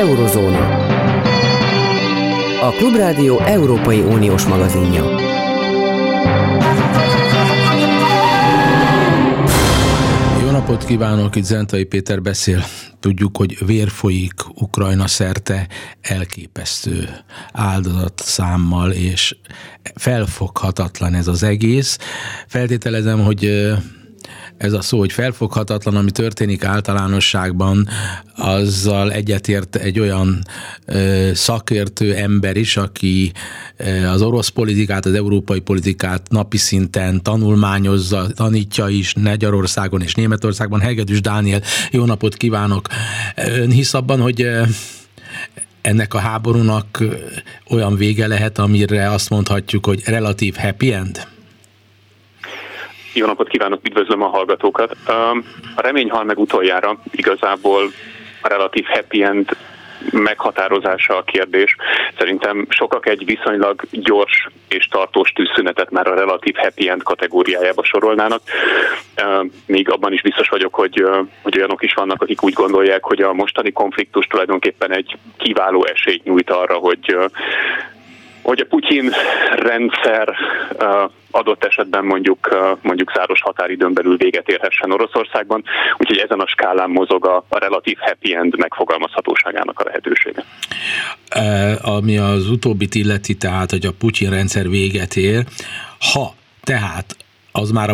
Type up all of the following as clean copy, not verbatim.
Eurozóna. A Klubrádió Európai Uniós magazinja. Jó napot kívánok, itt Zentai Péter beszél. Tudjuk, hogy vér folyik Ukrajna szerte elképesztő áldozatszámmal, és felfoghatatlan ez az egész. Feltételezem, hogy ez a szó, hogy felfoghatatlan, ami történik általánosságban, azzal egyetért egy olyan szakértő ember is, aki az orosz politikát, az európai politikát napi szinten tanulmányozza, tanítja is Magyarországon és Németországban. Hegedűs Dániel, jó napot kívánok! Ön hisz abban, hogy ennek a háborúnak olyan vége lehet, amire azt mondhatjuk, hogy relatív happy end? Jó napot kívánok, üdvözlöm a hallgatókat. A remény hal meg utoljára, igazából a relatív happy end meghatározása a kérdés. Szerintem sokak egy viszonylag gyors és tartós tűzszünetet már a relatív happy end kategóriájába sorolnának. Még abban is biztos vagyok, hogy olyanok is vannak, akik úgy gondolják, hogy a mostani konfliktus tulajdonképpen egy kiváló esélyt nyújt arra, hogy a Putyin rendszer adott esetben mondjuk záros határidőn belül véget érhessen Oroszországban, úgyhogy ezen a skálán mozog a relatív happy end megfogalmazhatóságának a lehetősége. Ami az utóbbit illeti, tehát, hogy a Putyin rendszer véget ér, tehát az már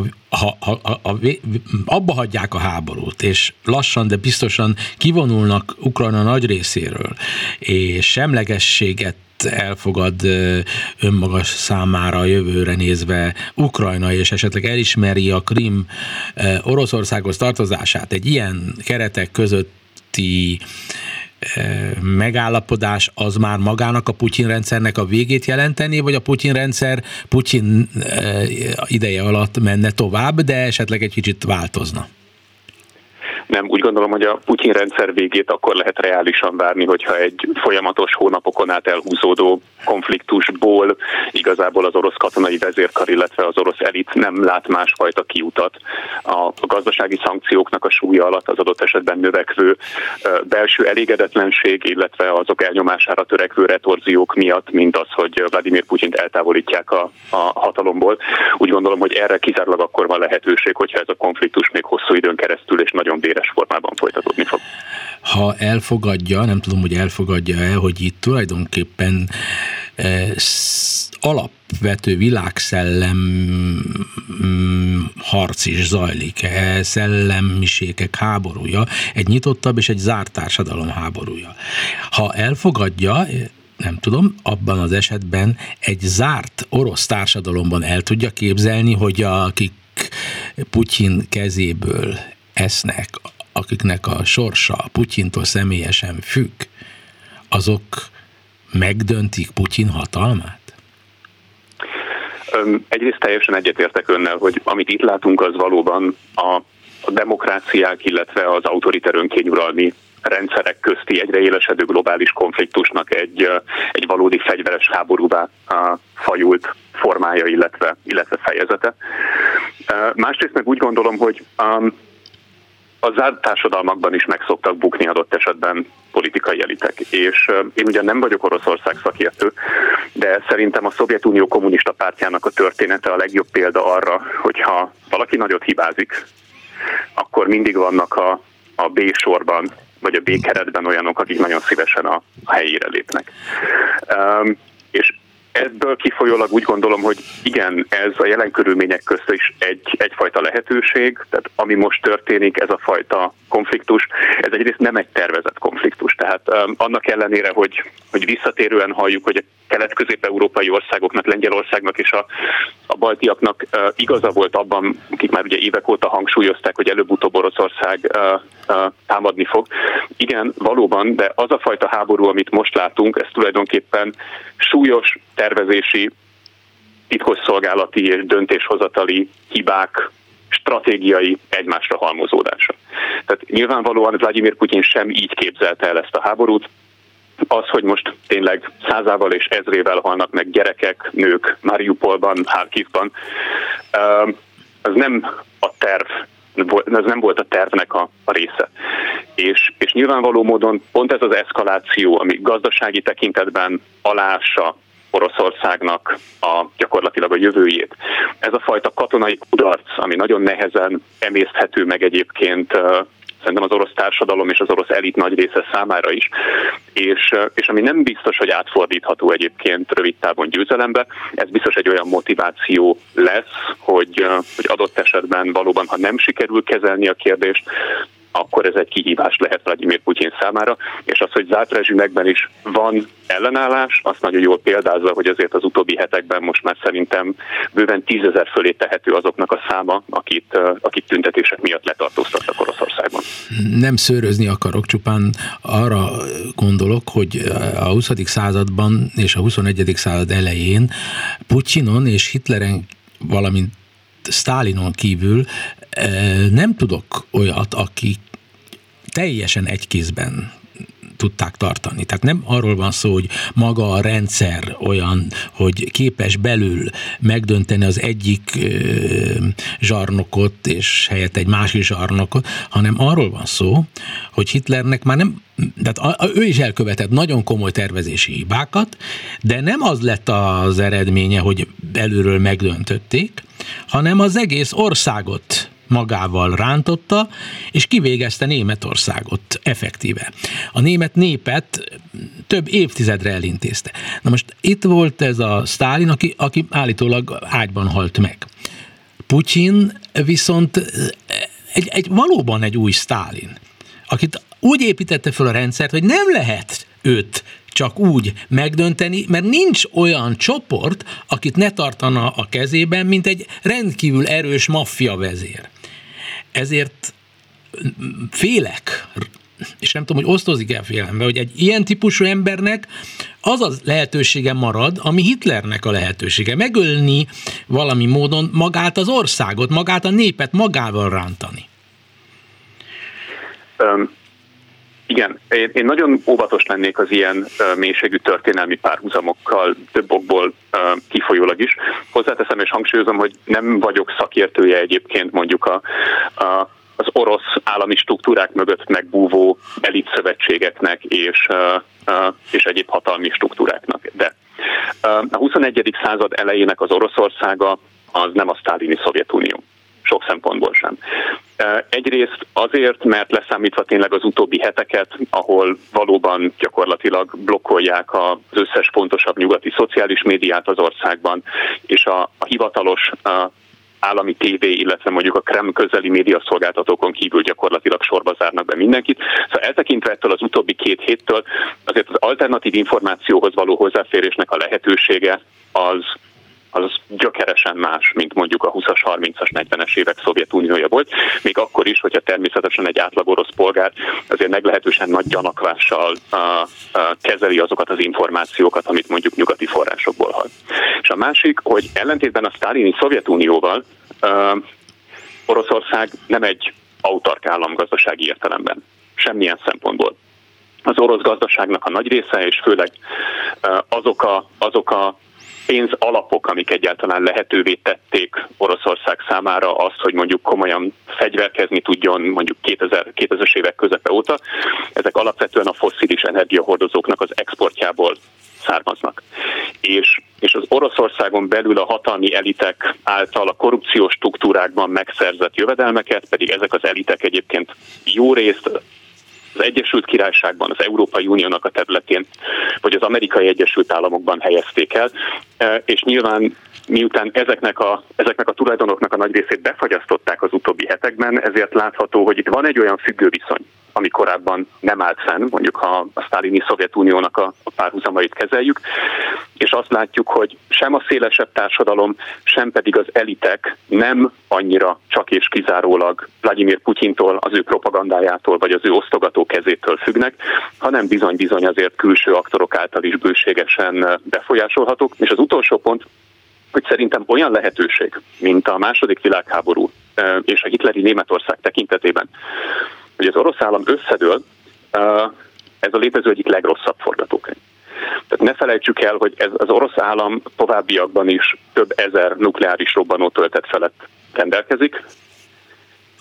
abba hagyják a háborút, és lassan, de biztosan kivonulnak Ukrajna nagy részéről, és semlegességet elfogad önmaga számára a jövőre nézve Ukrajna, és esetleg elismeri a Krím Oroszországhoz tartozását, egy ilyen keretek közötti megállapodás az már magának a Putyin rendszernek a végét jelenteni, vagy a Putyin rendszer Putyin ideje alatt menne tovább, de esetleg egy kicsit változna? Nem, úgy gondolom, hogy a Putyin rendszer végét akkor lehet reálisan várni, hogyha egy folyamatos hónapokon át elhúzódó konfliktusból igazából az orosz katonai vezérkar, illetve az orosz elit nem lát másfajta kiutat. A gazdasági szankcióknak a súlya alatt az adott esetben növekvő belső elégedetlenség, illetve azok elnyomására törekvő retorziók miatt, mint az, hogy Vladimir Putyint eltávolítják a hatalomból. Úgy gondolom, hogy erre kizárólag akkor van lehetőség, hogyha ez a konfliktus még hosszú időn keresztül és nagyon véres formában folytatódni fog. Ha elfogadja, nem tudom, hogy elfogadja-e, hogy itt tulajdonképpen alapvető világszellem harc is zajlik, szellemiségek háborúja, egy nyitottabb és egy zárt társadalom háborúja. Ha elfogadja, nem tudom, abban az esetben egy zárt orosz társadalomban el tudja képzelni, hogy akik Putyin kezéből esznek, akiknek a sorsa Putyintól személyesen függ, azok megdöntik Putyin hatalmát? Egyrészt teljesen egyetértek önnel, hogy amit itt látunk, az valóban a demokráciák, illetve az autoriter önkényuralmi rendszerek közti egyre élesedő globális konfliktusnak egy valódi fegyveres háborúvá fajult formája, illetve fejezete. Másrészt meg úgy gondolom, hogy a zárt társadalmakban is meg szoktak bukni adott esetben politikai elitek. És én ugyan nem vagyok Oroszország szakértő, de szerintem a Szovjetunió kommunista pártjának a története a legjobb példa arra, hogyha valaki nagyot hibázik, akkor mindig vannak a B sorban, vagy a B keretben olyanok, akik nagyon szívesen a helyére lépnek. És ebből kifolyólag úgy gondolom, hogy igen, ez a jelen körülmények közt is egyfajta lehetőség, tehát ami most történik, ez a fajta konfliktus, ez egyrészt nem egy tervezett konfliktus, tehát annak ellenére, hogy visszatérően halljuk, hogy a kelet-közép-európai országoknak, Lengyelországnak és a baltiaknak igaza volt abban, akik már ugye évek óta hangsúlyozták, hogy előbb-utóbb Oroszország támadni fog. Igen, valóban, de az a fajta háború, amit most látunk, ez tulajdonképpen súlyos tervezési, titkosszolgálati és döntéshozatali hibák stratégiai egymásra halmozódása. Tehát nyilvánvalóan Vladimir Putyin sem így képzelte el ezt a háborút. Az, hogy most tényleg százával és ezrével halnak meg gyerekek, nők Mariupolban, Harkivban, az nem a terv ez nem volt a tervnek a része. És nyilvánvaló módon pont ez az eszkaláció, ami gazdasági tekintetben aláássa Oroszországnak gyakorlatilag a jövőjét. Ez a fajta katonai kudarc, ami nagyon nehezen emészthető meg egyébként szerintem az orosz társadalom és az orosz elit nagy része számára is, és ami nem biztos, hogy átfordítható egyébként rövid távon győzelembe, ez biztos egy olyan motiváció lesz, hogy adott esetben valóban, ha nem sikerül kezelni a kérdést, akkor ez egy kihívás lehet Vladimir Putyin számára, és az, hogy zárt rezsimekben is van ellenállás, azt nagyon jól példázza, hogy azért az utóbbi hetekben most már szerintem bőven 10 000 fölé tehető azoknak a száma, akit tüntetések miatt letartóztattak Oroszországban. Nem szőrözni akarok, csupán arra gondolok, hogy a 20. században és a 21. század elején Putyinon és Hitleren, valamint Sztálinon kívül nem tudok olyat, aki teljesen egy kézben tudták tartani. Tehát nem arról van szó, hogy maga a rendszer olyan, hogy képes belül megdönteni az egyik zsarnokot, és helyett egy másik zsarnokot, hanem arról van szó, hogy Hitlernek már nem, tehát ő is elkövetett nagyon komoly tervezési hibákat, de nem az lett az eredménye, hogy belülről megdöntötték, hanem az egész országot magával rántotta, és kivégezte Németországot effektíve. A német népet több évtizedre elintézte. Na most itt volt ez a Sztálin, aki állítólag ágyban halt meg. Putyin viszont valóban egy új Sztálin, akit úgy építette fel a rendszert, hogy nem lehet őt csak úgy megdönteni, mert nincs olyan csoport, akit ne tartana a kezében, mint egy rendkívül erős maffia vezér. Ezért félek, és nem tudom, hogy osztozik el félelembe, hogy egy ilyen típusú embernek az a lehetősége marad, ami Hitlernek a lehetősége. Megölni valami módon magát az országot, magát a népet magával rántani. Igen, én nagyon óvatos lennék az ilyen mélységű történelmi párhuzamokkal, több okból kifolyólag is. Hozzáteszem és hangsúlyozom, hogy nem vagyok szakértője egyébként mondjuk az orosz állami struktúrák mögött megbúvó elitszövetségeknek és egyéb hatalmi struktúráknak. De a 21. század elejének az Oroszországa az nem a sztálini Szovjetunió. Sok szempontból sem. Egyrészt azért, mert leszámítva tényleg az utóbbi heteket, ahol valóban gyakorlatilag blokkolják az összes fontosabb nyugati szociális médiát az országban, és a hivatalos állami tévé, illetve mondjuk a Kreml közeli médiaszolgáltatókon kívül gyakorlatilag sorba zárnak be mindenkit. Szóval eltekintve ettől az utóbbi 2 héttől azért az alternatív információhoz való hozzáférésnek a lehetősége az gyökeresen más, mint mondjuk a 20-as, 30-as, 40-es évek Szovjetuniója volt, még akkor is, hogyha természetesen egy átlag orosz polgár azért meglehetősen nagy gyanakvással kezeli azokat az információkat, amit mondjuk nyugati forrásokból hall. És a másik, hogy ellentétben a sztálini Szovjetunióval Oroszország nem egy autark állam gazdasági értelemben, semmilyen szempontból. Az orosz gazdaságnak a nagy része, és főleg azok a pénzalapok, amik egyáltalán lehetővé tették Oroszország számára azt, hogy mondjuk komolyan fegyverkezni tudjon mondjuk 2000-es évek közepe óta, ezek alapvetően a fosszilis energiahordozóknak az exportjából származnak. És az Oroszországon belül a hatalmi elitek által a korrupciós struktúrákban megszerzett jövedelmeket, pedig ezek az elitek egyébként jó részt az Egyesült Királyságban, az Európai Uniónak a területén, vagy az Amerikai Egyesült Államokban helyezték el, és nyilván miután ezeknek a tulajdonoknak a nagy részét befagyasztották az utóbbi hetekben, ezért látható, hogy itt van egy olyan függőviszony, ami korábban nem állt fenn, mondjuk ha a sztálini Szovjetuniónak a párhuzamait kezeljük, és azt látjuk, hogy sem a szélesebb társadalom, sem pedig az elitek nem annyira csak és kizárólag Vladimir Putyintól, az ő propagandájától, vagy az ő osztogató kezétől függnek, hanem bizony-bizony azért külső aktorok által is bőségesen befolyásolhatók. És az utolsó pont, hogy szerintem olyan lehetőség, mint a II. Világháború és a hitleri Németország tekintetében, hogy az orosz állam összedől, ez a létező egyik legrosszabb forgatókönyv. Tehát ne felejtsük el, hogy ez az orosz állam továbbiakban is több ezer nukleáris robbanótöltet felett rendelkezik,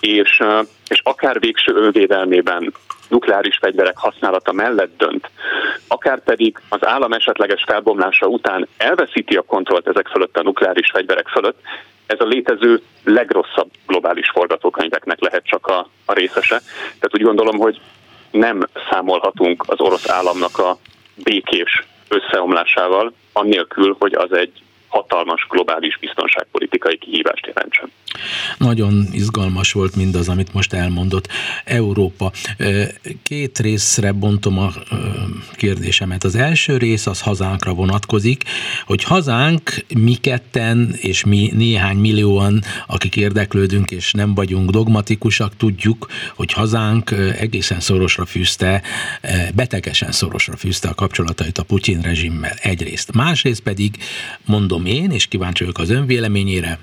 és akár végső önvédelmében nukleáris fegyverek használata mellett dönt, akár pedig az állam esetleges felbomlása után elveszíti a kontrollt ezek fölött, a nukleáris fegyverek fölött, ez a létező legrosszabb globális forgatókönyveknek lehet csak a részese. Tehát úgy gondolom, hogy nem számolhatunk az orosz államnak a békés összeomlásával, annélkül, hogy az egy hatalmas globális biztonságpolitikai kihívást jelentsen. Nagyon izgalmas volt mindaz, amit most elmondott. Európa. Két részre bontom a kérdésemet. Az első rész az hazánkra vonatkozik, hogy hazánk, mi ketten és mi néhány millióan, akik érdeklődünk és nem vagyunk dogmatikusak, tudjuk, hogy hazánk egészen szorosra fűzte, betegesen szorosra fűzte a kapcsolatait a Putyin rezsimmel egyrészt. Másrészt pedig, mondom én, és kíváncsi vagyok az ön véleményére,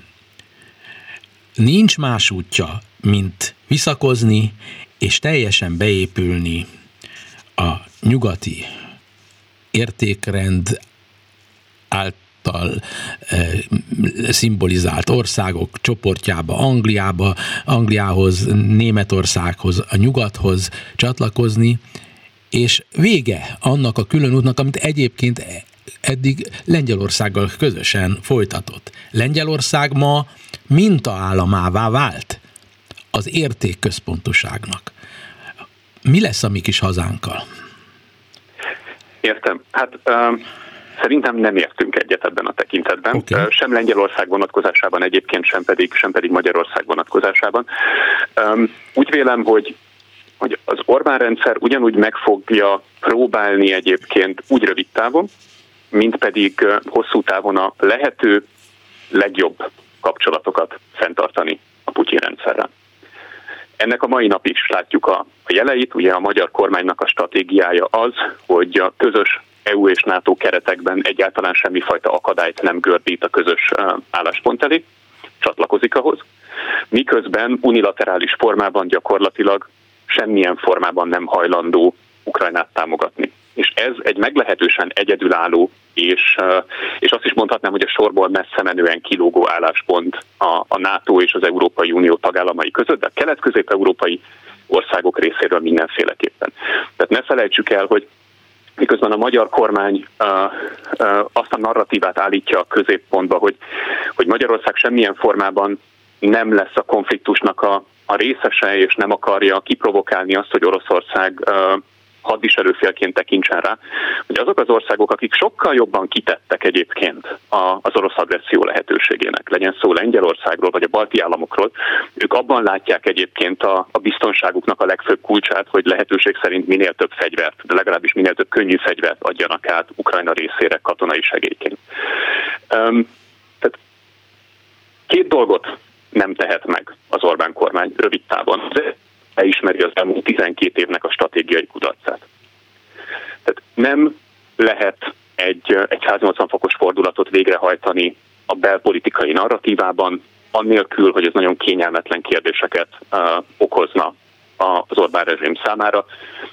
nincs más útja, mint visszakozni és teljesen beépülni a nyugati értékrend által szimbolizált országok csoportjába, Angliához, Németországhoz, a nyugathoz csatlakozni, és vége annak a külön útnak, amit egyébként eddig Lengyelországgal közösen folytatott. Lengyelország ma mintaállamává vált az értékközpontoságnak. Mi lesz a mi kis hazánkkal? Értem. Hát szerintem nem értünk egyet ebben a tekintetben. Okay. Sem Lengyelország vonatkozásában egyébként, sem pedig Magyarország vonatkozásában. Úgy vélem, hogy az Orbán rendszer ugyanúgy meg fogja próbálni egyébként úgy rövid távon, mint pedig hosszú távon a lehető legjobb kapcsolatokat fenntartani a Putyin rendszerrel. Ennek a mai nap is látjuk a jeleit, ugye a magyar kormánynak a stratégiája az, hogy a közös EU és NATO keretekben egyáltalán semmifajta akadályt nem gördít a közös álláspont elé, csatlakozik ahhoz, miközben unilaterális formában gyakorlatilag semmilyen formában nem hajlandó Ukrajnát támogatni. És ez egy meglehetősen egyedülálló, és azt is mondhatnám, hogy a sorból messze menően kilógó álláspont a NATO és az Európai Unió tagállamai között, de a kelet-közép-európai országok részéről mindenféleképpen. Tehát ne felejtsük el, hogy miközben a magyar kormány azt a narratívát állítja a középpontba, hogy Magyarország semmilyen formában nem lesz a konfliktusnak a részese, és nem akarja kiprovokálni azt, hogy Oroszország hadviselőfélként tekintsen rá, hogy azok az országok, akik sokkal jobban kitettek egyébként az orosz agresszió lehetőségének, legyen szó Lengyelországról vagy a balti államokról, ők abban látják egyébként a biztonságuknak a legfőbb kulcsát, hogy lehetőség szerint minél több fegyvert, de legalábbis minél több könnyű fegyvert adjanak át Ukrajna részére katonai segélyként. Tehát két dolgot nem tehet meg az Orbán kormány rövid távon. Ismeri az elmúlt 12 évnek a stratégiai kudarcát. Tehát nem lehet egy 180 fokos fordulatot végrehajtani a belpolitikai narratívában, annélkül, hogy ez nagyon kényelmetlen kérdéseket okozna az Orbán rezsim számára.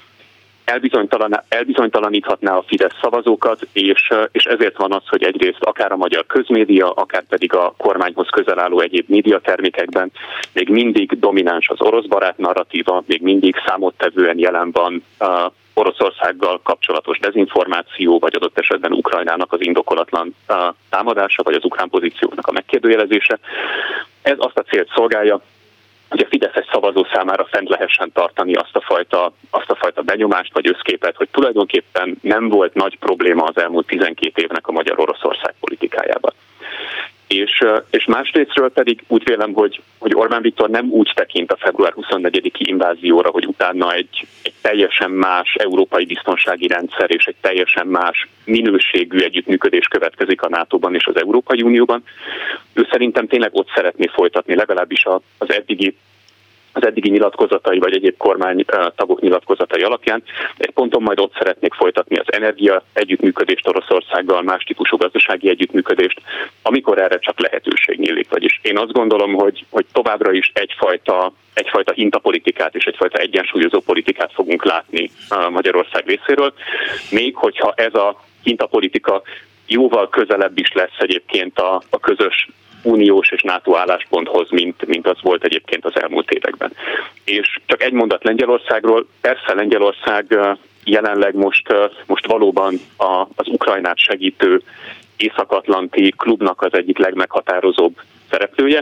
Elbizonytalaníthatná a Fidesz szavazókat, és ezért van az, hogy egyrészt akár a magyar közmédia, akár pedig a kormányhoz közel álló egyéb médiatermékekben még mindig domináns az orosz barát narratíva, még mindig számottevően jelen van Oroszországgal kapcsolatos dezinformáció, vagy adott esetben Ukrajnának az indokolatlan támadása, vagy az ukrán pozícióknak a megkérdőjelezése. Ez azt a célt szolgálja, hogy a fideszes szavazó számára fent lehessen tartani azt a fajta benyomást vagy összképet, hogy tulajdonképpen nem volt nagy probléma az elmúlt 12 évnek a Magyar-Oroszország politikájában. És másrésztről pedig úgy vélem, hogy Orbán Viktor nem úgy tekint a február 24-i invázióra, hogy utána egy teljesen más európai biztonsági rendszer és egy teljesen más minőségű együttműködés következik a NATO-ban és az Európai Unióban. Ő szerintem tényleg ott szeretné folytatni, legalábbis az eddigi nyilatkozatai, vagy egyéb kormánytagok nyilatkozatai alapján. Egy ponton majd ott szeretnék folytatni az energia együttműködést Oroszországgal, más típusú gazdasági együttműködést, amikor erre csak lehetőség nyílik. Vagyis én azt gondolom, hogy továbbra is egyfajta hintapolitikát és egyfajta egyensúlyozó politikát fogunk látni Magyarország részéről, még hogyha ez a hintapolitika jóval közelebb is lesz egyébként a közös uniós és NATO állásponthoz, mint az volt egyébként az elmúlt években. És csak egy mondat Lengyelországról. Persze Lengyelország jelenleg most valóban az Ukrajnát segítő Észak-Atlanti klubnak az egyik legmeghatározóbb szereplője,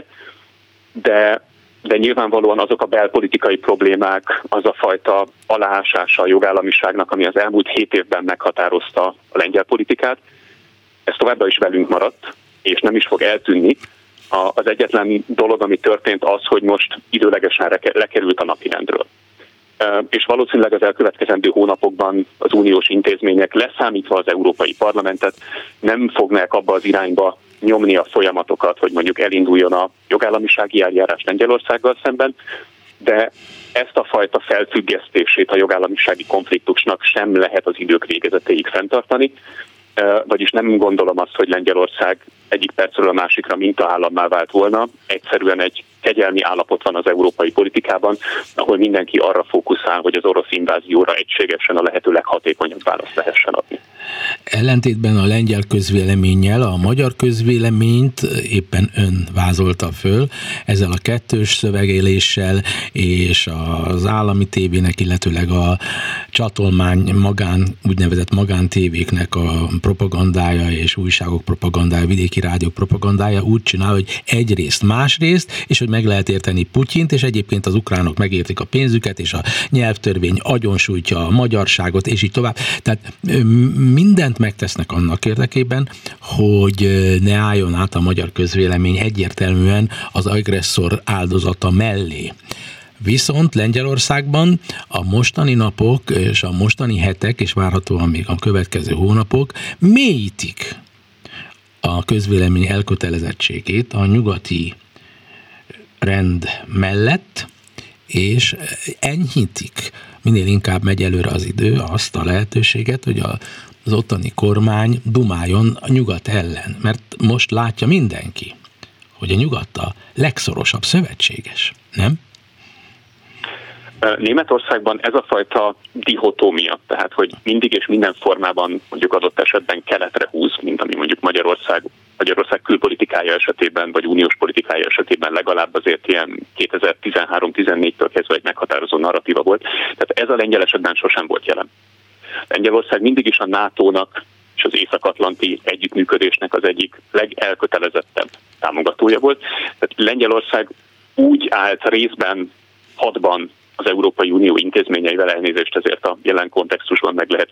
de nyilvánvalóan azok a belpolitikai problémák, az a fajta aláásása a jogállamiságnak, ami az elmúlt 7 évben meghatározta a lengyel politikát, ez továbbra is velünk maradt, és nem is fog eltűnni. Az egyetlen dolog, ami történt, az, hogy most időlegesen lekerült a napirendről. És valószínűleg az elkövetkezendő hónapokban az uniós intézmények, leszámítva az Európai Parlamentet, nem fognak abba az irányba nyomni a folyamatokat, hogy mondjuk elinduljon a jogállamisági eljárás Lengyelországgal szemben, de ezt a fajta felfüggesztését a jogállamisági konfliktusnak sem lehet az idők végezetéig fenntartani, vagyis nem gondolom azt, hogy Lengyelország egyik percről a másikra mintaállammá vált volna. Egyszerűen egy kegyelmi állapot van az európai politikában, ahol mindenki arra fókuszál, hogy az orosz invázióra egységesen a lehető leghatékonyabb választ lehessen adni. Ellentétben a lengyel közvéleménnyel a magyar közvéleményt éppen ön vázolta föl, ezzel a kettős szövegéléssel és az állami tévének, illetőleg a csatolmány úgynevezett magántévéknek a propagandája és újságok propagandája, vidéki rádiók propagandája úgy csinál, hogy egyrészt másrészt, és hogy meg lehet érteni Putyint, és egyébként az ukránok megértik a pénzüket, és a nyelvtörvény agyonsújtja a magyarságot, és így tovább. Tehát mindent megtesznek annak érdekében, hogy ne álljon át a magyar közvélemény egyértelműen az agresszor áldozata mellé. Viszont Lengyelországban a mostani napok és a mostani hetek, és várhatóan még a következő hónapok mélyítik a közvélemény elkötelezettségét a nyugati rend mellett, és enyhítik, minél inkább megy előre az idő, azt a lehetőséget, hogy az ottani kormány dumáljon a nyugat ellen. Mert most látja mindenki, hogy a nyugat a legszorosabb szövetséges, nem? Németországban ez a fajta dihotómia, tehát hogy mindig és minden formában mondjuk adott esetben keletre húz, mint ami mondjuk Magyarország külpolitikája esetében, vagy uniós politikája esetében legalább azért ilyen 2013-14-től kezdve egy meghatározó narratíva volt. Tehát ez a lengyel esetben sosem volt jelen. Lengyelország mindig is a NATO-nak és az Észak-Atlanti együttműködésnek az egyik legelkötelezettebb támogatója volt. Tehát Lengyelország úgy állt részben hadban az Európai Unió intézményeivel, elnézést ezért a jelen kontextusban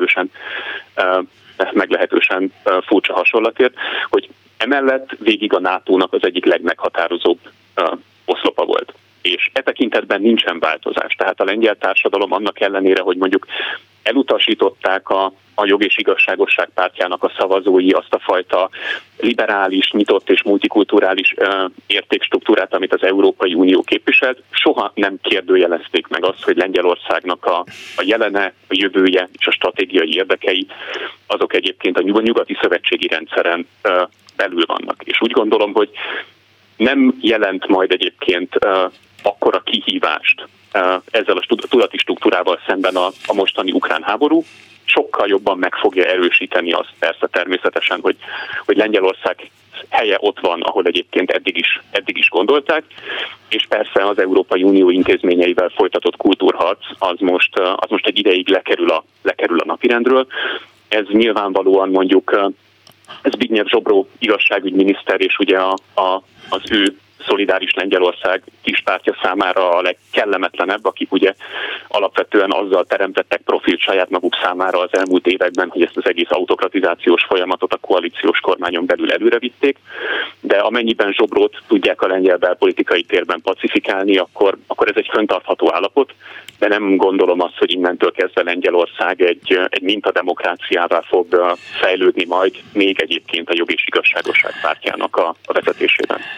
meglehetősen furcsa hasonlatért, hogy emellett végig a NATO-nak az egyik legmeghatározóbb oszlopa volt. És e tekintetben nincsen változás. Tehát a lengyel társadalom annak ellenére, hogy mondjuk elutasították a Jog és Igazságosság pártjának a szavazói azt a fajta liberális, nyitott és multikulturális értékstruktúrát, amit az Európai Unió képviselt, soha nem kérdőjelezték meg azt, hogy Lengyelországnak a jelene, a jövője és a stratégiai érdekei, azok egyébként a nyugati szövetségi rendszeren belül vannak. És úgy gondolom, hogy nem jelent majd egyébként akkora kihívást ezzel a tudati struktúrával szemben a mostani ukrán háború, sokkal jobban meg fogja erősíteni azt persze természetesen, hogy Lengyelország helye ott van, ahol egyébként eddig is gondolták, és persze az Európai Unió intézményeivel folytatott kultúrharc az most egy ideig lekerül a napirendről. Ez nyilvánvalóan mondjuk Zbigniew Ziobro igazságügyminiszter, és ugye az ő Szolidáris Lengyelország kispártja számára a legkellemetlenebb, akik ugye alapvetően azzal teremtettek profilt saját maguk számára az elmúlt években, hogy ezt az egész autokratizációs folyamatot a koalíciós kormányon belül előre vitték, de amennyiben Ziobrót tudják a lengyel belpolitikai térben pacifikálni, akkor ez egy fenntartható állapot, de nem gondolom azt, hogy innentől kezdve Lengyelország egy mintademokráciává fog fejlődni majd, még egyébként a Jog és Igazságosság pártjának a vezetésében.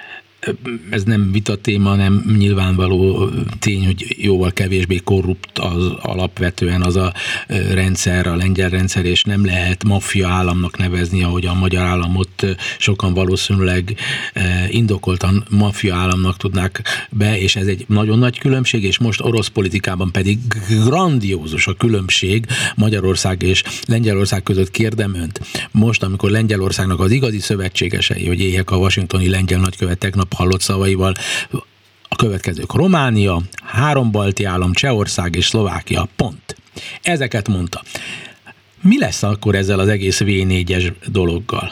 ez nem vitatéma, nem nyilvánvaló tény, hogy jóval kevésbé korrupt az alapvetően az a rendszer, a lengyel rendszer, és nem lehet maffia államnak nevezni, ahogy a magyar államot sokan valószínűleg indokoltan maffia államnak tudnák be, és ez egy nagyon nagy különbség, és most orosz politikában pedig grandiózus a különbség Magyarország és Lengyelország között. Kérdem önt, most, amikor Lengyelországnak az igazi szövetségesei, hogy éljek a washingtoni lengyel nagykövet tegnap hallott szavaival, a következők: Románia, 3 balti állam, Csehország és Szlovákia, pont. Ezeket mondta. Mi lesz akkor ezzel az egész V4-es dologgal?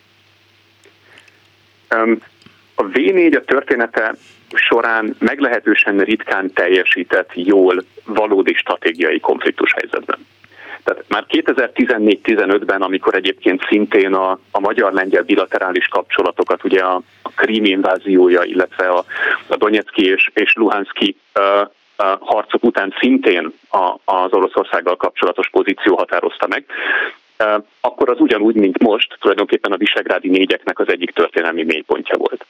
A V4 a története során meglehetősen ritkán teljesített jól valódi stratégiai konfliktus helyzetben. Tehát már 2014-15-ben, amikor egyébként szintén a magyar-lengyel bilaterális kapcsolatokat, ugye a Krím inváziója, illetve a Donetszki és Luhanszki harcok után szintén az Oroszországgal kapcsolatos pozíció határozta meg, akkor az ugyanúgy, mint most, tulajdonképpen a visegrádi négyeknek az egyik történelmi mélypontja volt.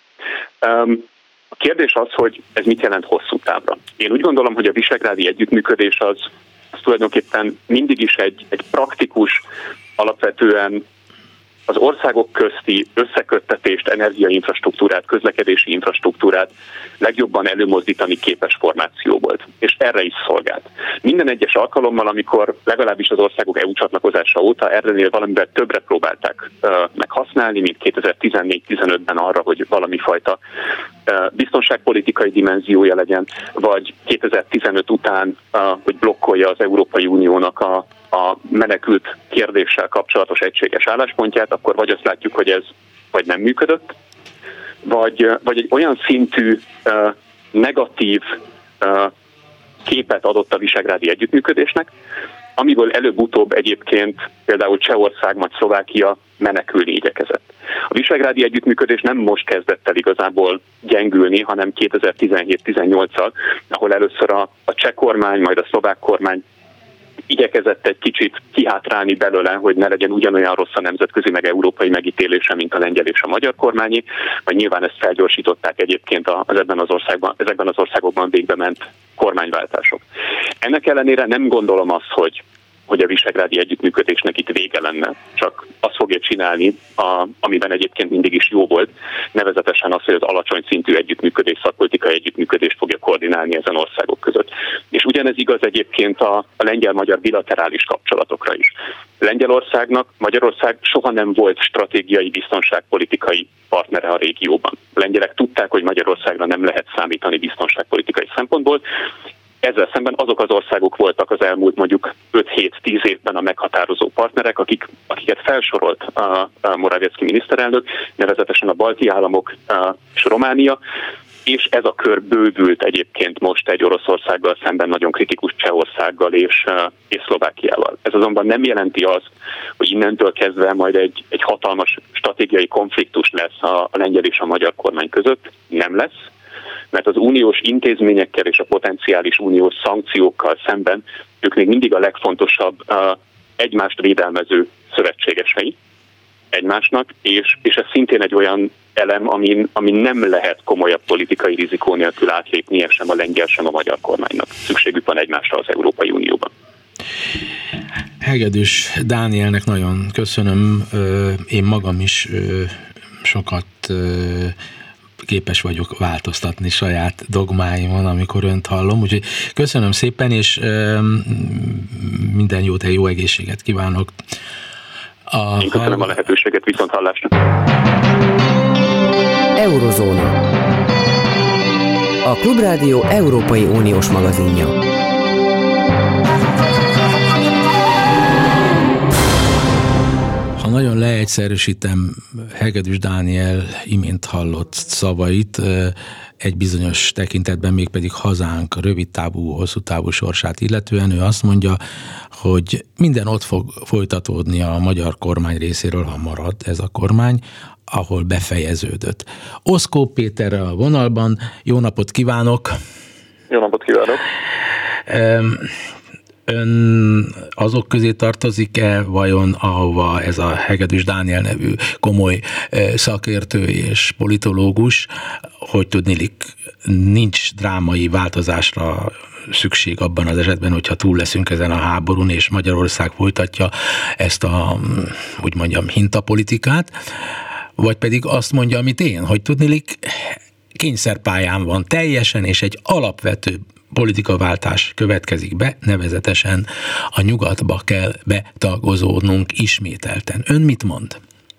A kérdés az, hogy ez mit jelent hosszú távra. Én úgy gondolom, hogy a visegrádi együttműködés az tulajdonképpen mindig is egy praktikus, alapvetően az országok közti összeköttetést, energiainfrastruktúrát, közlekedési infrastruktúrát legjobban előmozdítani képes formáció volt. És erre is szolgált. Minden egyes alkalommal, amikor legalábbis az országok EU csatlakozása óta errenél valamivel többre próbálták meghasználni, mint 2014-15-ben arra, hogy valami fajta biztonságpolitikai dimenziója legyen, vagy 2015 után, hogy blokkolja az Európai Uniónak a menekült kérdéssel kapcsolatos egységes álláspontját, akkor vagy azt látjuk, hogy ez vagy nem működött, vagy egy olyan szintű negatív képet adott a visegrádi együttműködésnek, amiből előbb-utóbb egyébként például Csehország, majd Szlovákia menekülni igyekezett. A visegrádi együttműködés nem most kezdett el igazából gyengülni, hanem 2017-18-al, ahol először a cseh kormány, majd a szlovák kormány igyekezett egy kicsit kihátrálni belőle, hogy ne legyen ugyanolyan rossz a nemzetközi meg európai megítélése, mint a lengyel és a magyar kormányi, vagy nyilván ezt felgyorsították egyébként ezekben az országokban végbe ment kormányváltások. Ennek ellenére nem gondolom azt, hogy a visegrádi együttműködésnek itt vége lenne, csak azt fogja csinálni, amiben egyébként mindig is jó volt, nevezetesen az, hogy az alacsony szintű együttműködés, szakpolitikai együttműködést fogja koordinálni ezen országok között. És ugyanez igaz egyébként a lengyel-magyar bilaterális kapcsolatokra is. Magyarország soha nem volt stratégiai biztonságpolitikai partnere a régióban. A lengyelek tudták, hogy Magyarországra nem lehet számítani biztonságpolitikai szempontból. Ezzel szemben azok az országok voltak az elmúlt mondjuk 5-7-10 évben a meghatározó partnerek, akiket felsorolt a Morawiecki miniszterelnök, nevezetesen a balti államok és Románia, és ez a kör bővült egyébként most egy Oroszországgal szemben nagyon kritikus Csehországgal és Szlovákiával. Ez azonban nem jelenti azt, hogy innentől kezdve majd egy hatalmas stratégiai konfliktus lesz a lengyel és a magyar kormány között. Nem lesz, mert az uniós intézményekkel és a potenciális uniós szankciókkal szemben ők még mindig a legfontosabb egymást védelmező szövetségesei egymásnak, és ez szintén egy olyan elem, amin nem lehet komolyabb politikai rizikó nélkül átlépnie sem a lengyel, sem a magyar kormánynak. Szükségük van egymásra az Európai Unióban. Hegedűs Dánielnek nagyon köszönöm. Én magam is sokat képes vagyok változtatni saját dogmáimon, amikor önt hallom. Úgyhogy köszönöm szépen, és minden jót, jó egészséget kívánok. Én köszönöm a lehetőséget, viszont hallásra. Eurozóna. A Klubrádió Európai Uniós magazinja. Ha nagyon leegyszerűsítem Hegedűs Dániel imént hallott szavait, egy bizonyos tekintetben, mégpedig hazánk rövidtávú, hosszú távú sorsát illetően, ő azt mondja, hogy minden ott fog folytatódni a magyar kormány részéről, ha marad ez a kormány, ahol befejeződött. Oszkó Péter a vonalban, jó napot kívánok! Jó napot kívánok! ön azok közé tartozik-e vajon, ahova ez a Hegedűs Dániel nevű komoly szakértő és politológus, hogy tudniillik nincs drámai változásra szükség abban az esetben, hogyha túl leszünk ezen a háborún, és Magyarország folytatja ezt a, úgy mondjam, hintapolitikát, vagy pedig azt mondja, amit én, hogy tudniillik kényszerpályán van teljesen, és egy alapvető politikaváltás következik be, nevezetesen a nyugatba kell betagozódnunk ismételten. Ön mit mond?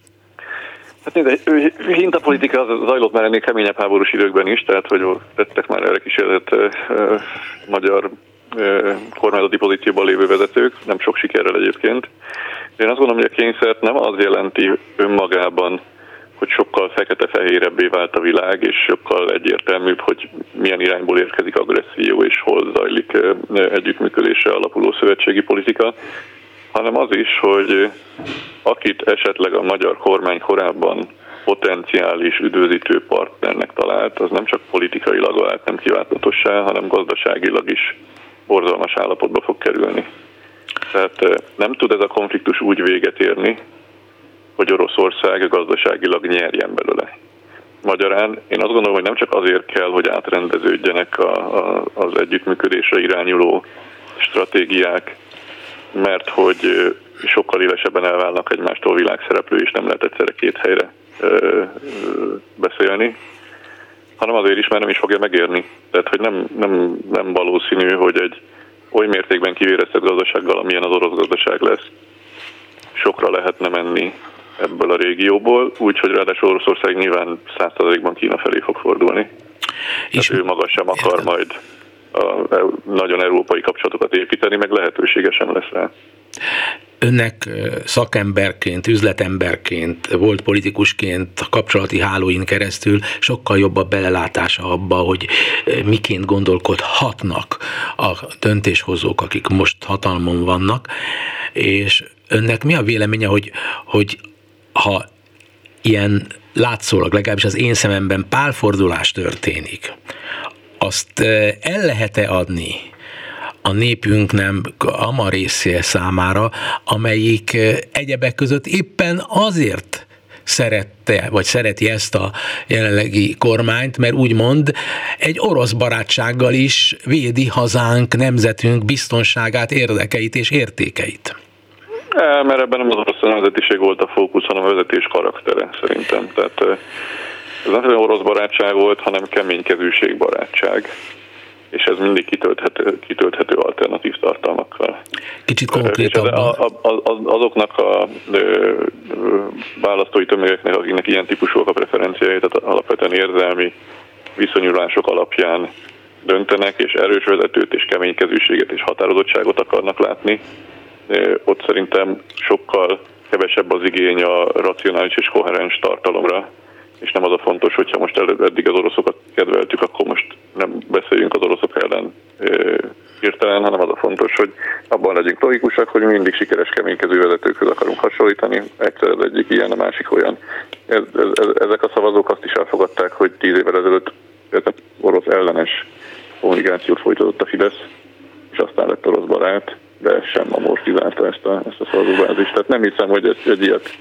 Hát hintapolitika zajlott már ennél keményebb háborús időkben is, tehát hogy tettek már erre kísérletet magyar kormányzati pozícióban lévő vezetők, nem sok sikerrel egyébként. Én azt gondolom, hogy a kényszert nem az jelenti önmagában, hogy sokkal fekete-fehérebbé vált a világ, és sokkal egyértelműbb, hogy milyen irányból érkezik agresszió, és hol zajlik együttműködésre alapuló szövetségi politika, hanem az is, hogy akit esetleg a magyar kormány korábban potenciális üdvözítő partnernek talált, az nem csak politikailag vált nem kívánatossá, hanem gazdaságilag is borzalmas állapotba fog kerülni. Tehát nem tud ez a konfliktus úgy véget érni, hogy Oroszország gazdaságilag nyerjen belőle. Magyarán én azt gondolom, hogy nem csak azért kell, hogy átrendeződjenek az együttműködésre irányuló stratégiák, mert hogy sokkal élesebben elválnak egymástól világszereplő, és nem lehet egyszerre két helyre beszélni, hanem azért is, mert nem is fogja megérni. Tehát, hogy nem valószínű, hogy egy oly mértékben kivéreztett gazdasággal, amilyen az orosz gazdaság lesz, sokra lehetne menni ebből a régióból, úgyhogy ráadásul Oroszország nyilván 100%-ban Kína felé fog fordulni. És ő maga sem akar majd nagyon európai kapcsolatokat építeni, meg lehetősége sem lesz rá. Önnek szakemberként, üzletemberként, volt politikusként a kapcsolati hálóin keresztül sokkal jobb a belelátása abba, hogy miként gondolkodhatnak a döntéshozók, akik most hatalmon vannak, és önnek mi a véleménye, hogy ha ilyen látszólag, legalábbis az én szememben pálfordulás történik, azt el lehet-e adni a népünknek ama része számára, amelyik egyebek között éppen azért szereti ezt a jelenlegi kormányt, mert úgymond egy orosz barátsággal is védi hazánk, nemzetünk biztonságát, érdekeit és értékeit. Mert ebben nem az orosz nemzetiség volt a fókusz, hanem a vezetés karaktere szerintem. Tehát ez nem orosz barátság volt, hanem keménykezűség barátság, és ez mindig kitölthető alternatív tartalmakkal. Kicsit konkrétabban. Azoknak a választói tömegeknek, akiknek ilyen típusúak a preferenciái, tehát alapvetően érzelmi viszonyulások alapján döntenek, és erős vezetőt, és keménykezűséget, és határozottságot akarnak látni, ott szerintem sokkal kevesebb az igény a racionális és koherens tartalomra, és nem az a fontos, hogyha most eddig az oroszokat kedveltük, akkor most nem beszéljünk az oroszok ellen hirtelen, hanem az a fontos, hogy abban legyünk logikusak, hogy mindig sikeres keménykező vezetőkhöz akarunk hasonlítani. Egyszer az egyik ilyen, a másik olyan. Ezek a szavazók azt is elfogadták, hogy 10 évvel ezelőtt orosz ellenes kommunikációt folytatott a Fidesz, és aztán lett orosz barát, de sem amortizálta ezt a szavazóbázist. Tehát nem hiszem, hogy egy ilyet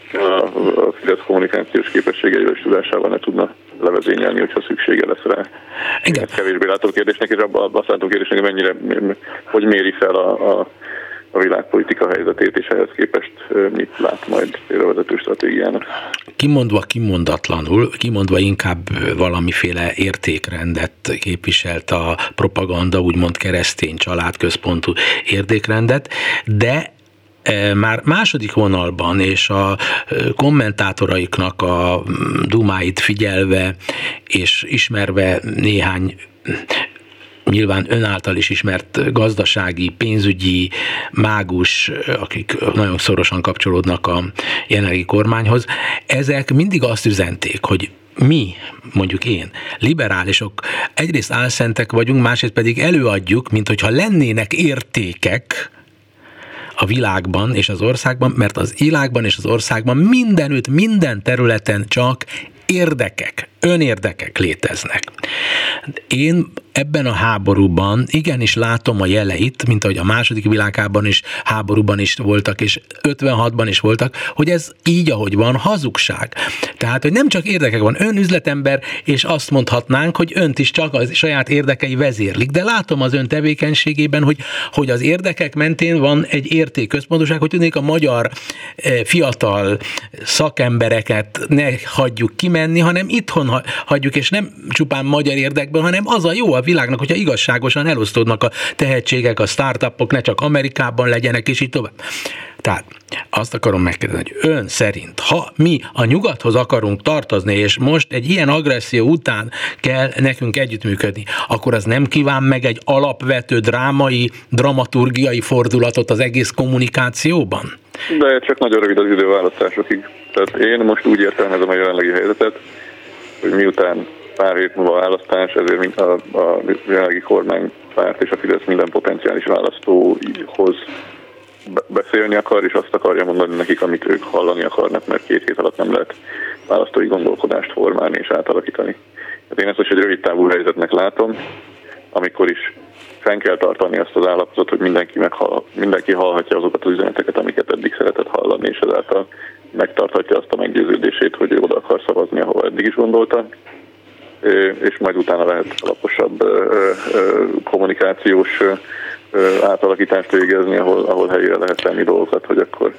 a Fidesz kommunikációs képességeivel és tudásával ne tudna levezényelni, hogyha szüksége lesz rá. Igen. Ez kevésbé látom kérdésnek, és abban látom kérdésnek, mennyire, hogy méri fel a világpolitika helyzetét, és ehhez képest mit lát majd a vezető stratégiának. Kimondva kimondatlanul, kimondva inkább valamiféle értékrendet képviselt a propaganda, úgymond keresztény családközpontú értékrendet, de már második vonalban és a kommentátoraiknak a dumáit figyelve és ismerve néhány nyilván ön által is ismert gazdasági, pénzügyi mágus, akik nagyon szorosan kapcsolódnak a jelenlegi kormányhoz, ezek mindig azt üzenték, hogy mi, mondjuk én, liberálisok egyrészt álszentek vagyunk, másrészt pedig előadjuk, mint hogyha lennének értékek a világban és az országban, mert az világban és az országban mindenütt, minden területen csak érdekek önérdekek léteznek. Én ebben a háborúban igenis látom a jeleit, mint ahogy a második világháborúban is, háborúban is voltak, és 56-ban is voltak, hogy ez így, ahogy van, hazugság. Tehát, hogy nem csak érdekek van, ön üzletember, és azt mondhatnánk, hogy önt is csak a saját érdekei vezérlik, de látom az ön tevékenységében, hogy az érdekek mentén van egy értékközpontoság, hogy tudnék a magyar fiatal szakembereket ne hagyjuk kimenni, hanem itthon hagyjuk, és nem csupán magyar érdekből, hanem az a jó a világnak, hogyha igazságosan elosztódnak a tehetségek, a startupok, ne csak Amerikában legyenek, és így tovább. Tehát azt akarom megkérdezni, hogy ön szerint, ha mi a nyugathoz akarunk tartozni, és most egy ilyen agresszió után kell nekünk együttműködni, akkor az nem kíván meg egy alapvető dramaturgiai fordulatot az egész kommunikációban? De csak nagyon rövid az idő választásokig. Tehát én most úgy értelmezem a jelenlegi helyzetet, hogy miután pár hét múlva a választás, ezért a jelenlegi kormánypárt és a Fidesz minden potenciális választóhoz beszélni akar, és azt akarja mondani nekik, amit ők hallani akarnak, mert 2 hét alatt nem lehet választói gondolkodást formálni és átalakítani. Hát én ezt most egy rövid távú helyzetnek látom, amikor is fenn kell tartani azt az állapotot, hogy mindenki hallhatja azokat az üzeneteket, amiket eddig szeretett hallani, és ezáltal megtarthatja azt a meggyőződését, hogy ő oda akar szavazni, ahova eddig is gondolta, és majd utána lehet alaposabb kommunikációs átalakítást végezni, ahol helyére lehet tenni dolgokat, hogy akkor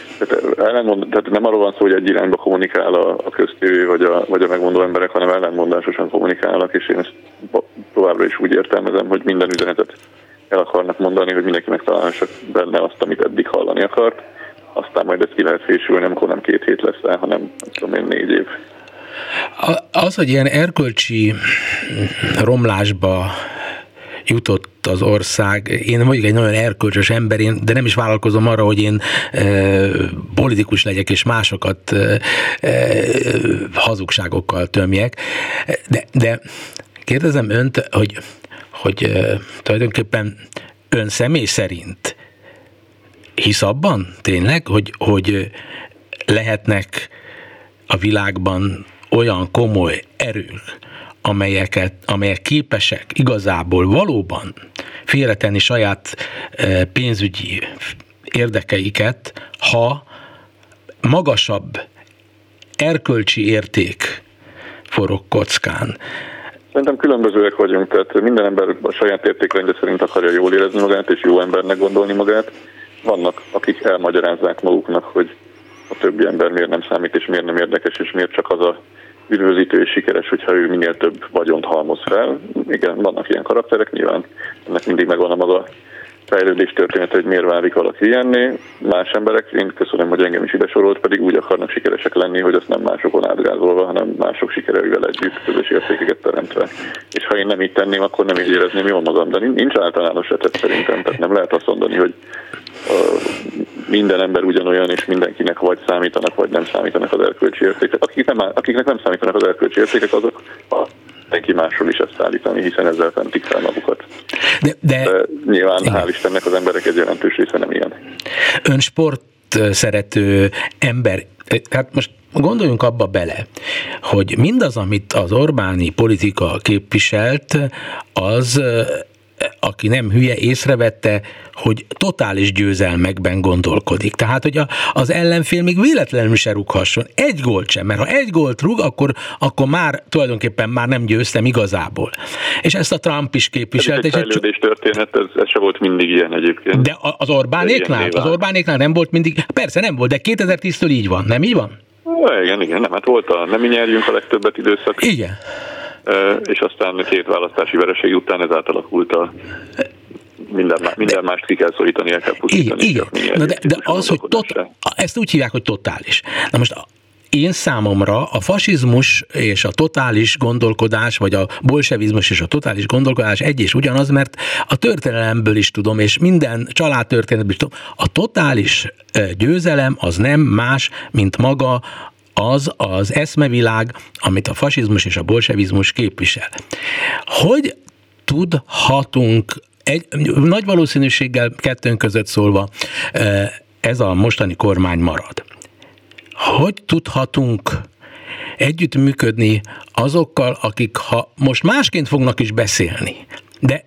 tehát nem arról van szó, hogy egy irányba kommunikál a köztévé vagy a megmondó emberek, hanem ellentmondásosan kommunikálnak, és én ezt továbbra is úgy értelmezem, hogy minden üzenetet el akarnak mondani, hogy mindenki megtalálhassa benne azt, amit eddig hallani akart, aztán majd ezt ki lehet fésülni, amikor nem 2 hét lesz el, hanem 4 év. Az, hogy ilyen erkölcsi romlásba jutott az ország, én mondjuk egy nagyon erkölcsös ember, de nem is vállalkozom arra, hogy én politikus legyek, és másokat hazugságokkal tömjek, de kérdezem önt, hogy tulajdonképpen ön személy szerint hisz abban tényleg, hogy lehetnek a világban olyan komoly erők, amelyek képesek igazából valóban félretenni saját pénzügyi érdekeiket, ha magasabb erkölcsi érték forog kockán. Szerintem különbözőek vagyunk, tehát minden ember a saját értékrendje szerint akarja jól érezni magát, és jó embernek gondolni magát. Vannak, akik elmagyarázzák maguknak, hogy a többi ember miért nem számít, és miért nem érdekes, és miért csak az a üdvözítő és sikeres, hogyha ő minél több vagyont halmoz fel. Igen, vannak ilyen karakterek, nyilván ennek mindig megvan a maga fejlődés történet, hogy miért válik valaki ilyenné. Más emberek, én köszönöm, hogy engem is ide sorolt, pedig úgy akarnak sikeresek lenni, hogy azt nem másokon átgázolva, hanem mások sikereivel együtt, közös értékeket teremtve. És ha én nem így tenném, akkor nem így érezném jól magam, de nincs általános eset szerintem, tehát nem lehet azt mondani, hogy minden ember ugyanolyan, és mindenkinek vagy számítanak, vagy nem számítanak az erkölcsi értékek. Akiknek nem számítanak az erkölcsi értékek, azok mindenki másról is ezt állítani, hiszen ezzel fentik fel magukat. De nyilván, hál' Istennek, az emberek egy jelentős része nem ilyen. Ön sport szerető ember, hát most gondoljunk abba bele, hogy mindaz, amit az Orbáni politika képviselt, az, aki nem hülye, észrevette, hogy totális győzelmekben gondolkodik. Tehát, hogy az ellenfél még véletlenül se rúghasson. Egy gólt sem, mert ha egy gólt rúg, akkor már tulajdonképpen már nem győztem igazából. És ezt a Trump is képviselt. Ez egy fejlődés történet, ez se volt mindig ilyen egyébként. De az Orbánéknál nem volt mindig, persze nem volt, de 2010-től így van, nem így van? Igen, nem, hát volt nem mi nyerjünk a legtöbbet időszak. Igen. És aztán 2 választási vereség után ez átalakult minden mást ki kell szorítani, el kell pusztítani. Igen. De az, hogy ezt úgy hívják, hogy totális. Na most én számomra a fasizmus és a totális gondolkodás, vagy a bolsevizmus és a totális gondolkodás egy és ugyanaz, mert a történelemből is tudom, és minden családtörténetből is tudom, a totális győzelem az nem más, mint maga az eszmevilág, amit a fasizmus és a bolsevizmus képvisel. Hogy tudhatunk nagy valószínűséggel kettőnk között szólva ez a mostani kormány marad. Hogy tudhatunk együttműködni azokkal, akik ha most másként fognak is beszélni, de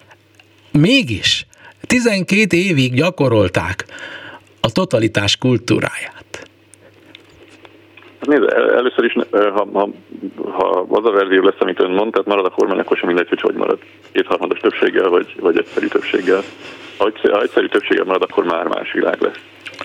mégis 12 évig gyakorolták a totalitás kultúráját. Nézd, először is, ha az a verzió lesz, amit ön mond, tehát marad a kormány, akkor sem mindegy, hogy marad. 2/3 többséggel, vagy egyszerű többséggel. Ha egyszerű többséggel marad, akkor már más világ lesz.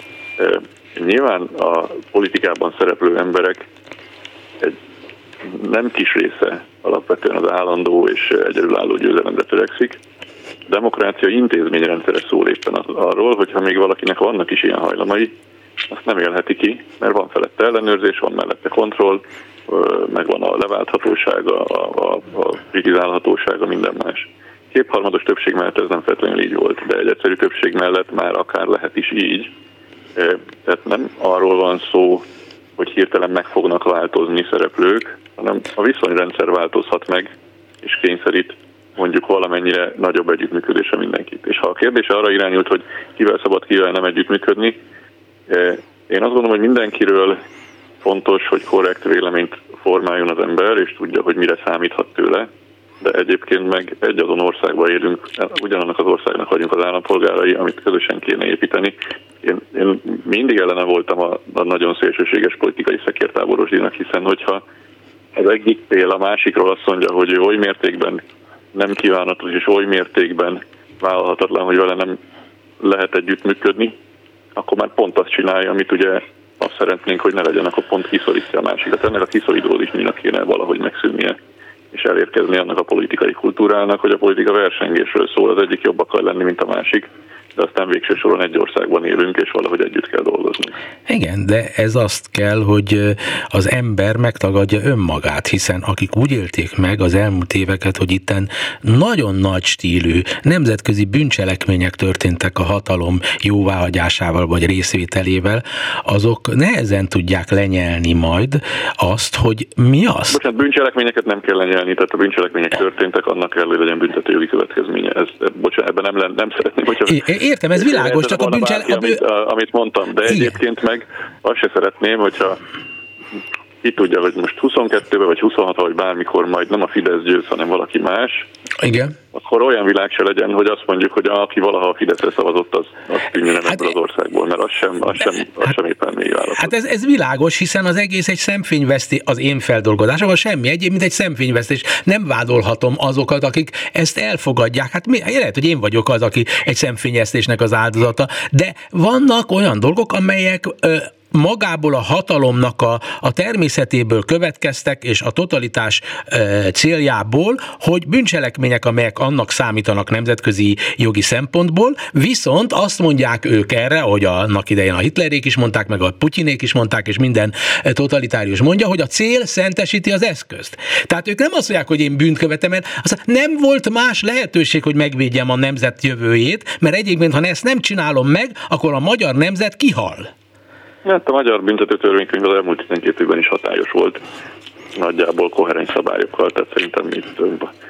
Nyilván a politikában szereplő emberek egy nem kis része alapvetően az állandó és egyedülálló győzelemre törekszik. A demokrácia intézményrendszere szól éppen arról, hogyha még valakinek vannak is ilyen hajlamai, azt nem élheti ki, mert van felette ellenőrzés, van mellette kontroll, megvan a leválthatósága, a kritizálhatósága, minden más. 2/3 többség mellett ez nem feltétlenül így volt, de egy egyszerű többség mellett már akár lehet is így. Tehát nem arról van szó, hogy hirtelen meg fognak változni szereplők, hanem a viszonyrendszer változhat meg, és kényszerít mondjuk valamennyire nagyobb együttműködésre mindenkit. És ha a kérdés arra irányult, hogy kivel szabad, kivel nem együttműködni, én azt gondolom, hogy mindenkiről fontos, hogy korrekt véleményt formáljon az ember, és tudja, hogy mire számíthat tőle, de egyébként meg egy azon országban élünk, ugyanannak az országnak vagyunk az állampolgárai, amit közösen kéne építeni. Én mindig ellene voltam a nagyon szélsőséges politikai szekértáborosdinak, hiszen hogyha az egyik fél a másikról azt mondja, hogy ő oly mértékben nem kívánatos és oly mértékben vállalhatatlan, hogy vele nem lehet együttműködni, akkor már pont azt csinálja, amit ugye azt szeretnénk, hogy ne legyen, akkor pont kiszorítja a másikat. Ennek a kiszorítódásnak kéne valahogy megszűnnie, és elérkezni annak a politikai kultúrának, hogy a politika versengésről szól, az egyik jobb akar lenni, mint a másik, de aztán végső soron egy országban élünk, és valahogy együtt kell dolgozni. Igen, de ez azt kell, hogy az ember megtagadja önmagát, hiszen akik úgy élték meg az elmúlt éveket, hogy itten nagyon nagy stílű nemzetközi bűncselekmények történtek a hatalom jóváhagyásával vagy részvételével, azok nehezen tudják lenyelni majd azt, hogy mi az. Bocsánat, bűncselekményeket nem kell lenyelni, tehát a bűncselekmények történtek, annak kell, hogy legyen büntetőjogi következménye. Ebben nem szeretném, hogyha... Értem, ez világos, csak a amit mondtam, de egyébként meg azt se szeretném, hogyha ki tudja, hogy most 22-ben vagy 26-ban, vagy bármikor majd nem a Fidesz győz, hanem valaki más, igen, akkor olyan világ se legyen, hogy azt mondjuk, hogy aki valaha a Fideszre szavazott, az tűnjön ebből az országból, mert az sem éppen még választott. Hát ez világos, hiszen az egész egy szemfényvesztés, az én feldolgozásom, vagy semmi egyéb, mint egy szemfényvesztés. Nem vádolhatom azokat, akik ezt elfogadják. Hát lehet, hogy én vagyok az, aki egy szemfényvesztésnek az áldozata, de vannak olyan dolgok, amelyek magából a hatalomnak a természetéből következtek, és a totalitás céljából, hogy bűncselekmények, amelyek annak számítanak nemzetközi jogi szempontból, viszont azt mondják ők erre, ahogy annak idején a Hitlerék is mondták, meg a Putyinék is mondták, és minden totalitárius mondja, hogy a cél szentesíti az eszközt. Tehát ők nem azt mondják, hogy én bűnt követem el, nem volt más lehetőség, hogy megvédjem a nemzet jövőjét, mert egyébként, ha ezt nem csinálom meg, akkor a magyar nemzet kihal. Hát a magyar büntetőtörvénykönyv az elmúlt 12 évben is hatályos volt, nagyjából koherens szabályokkal, tehát szerintem itt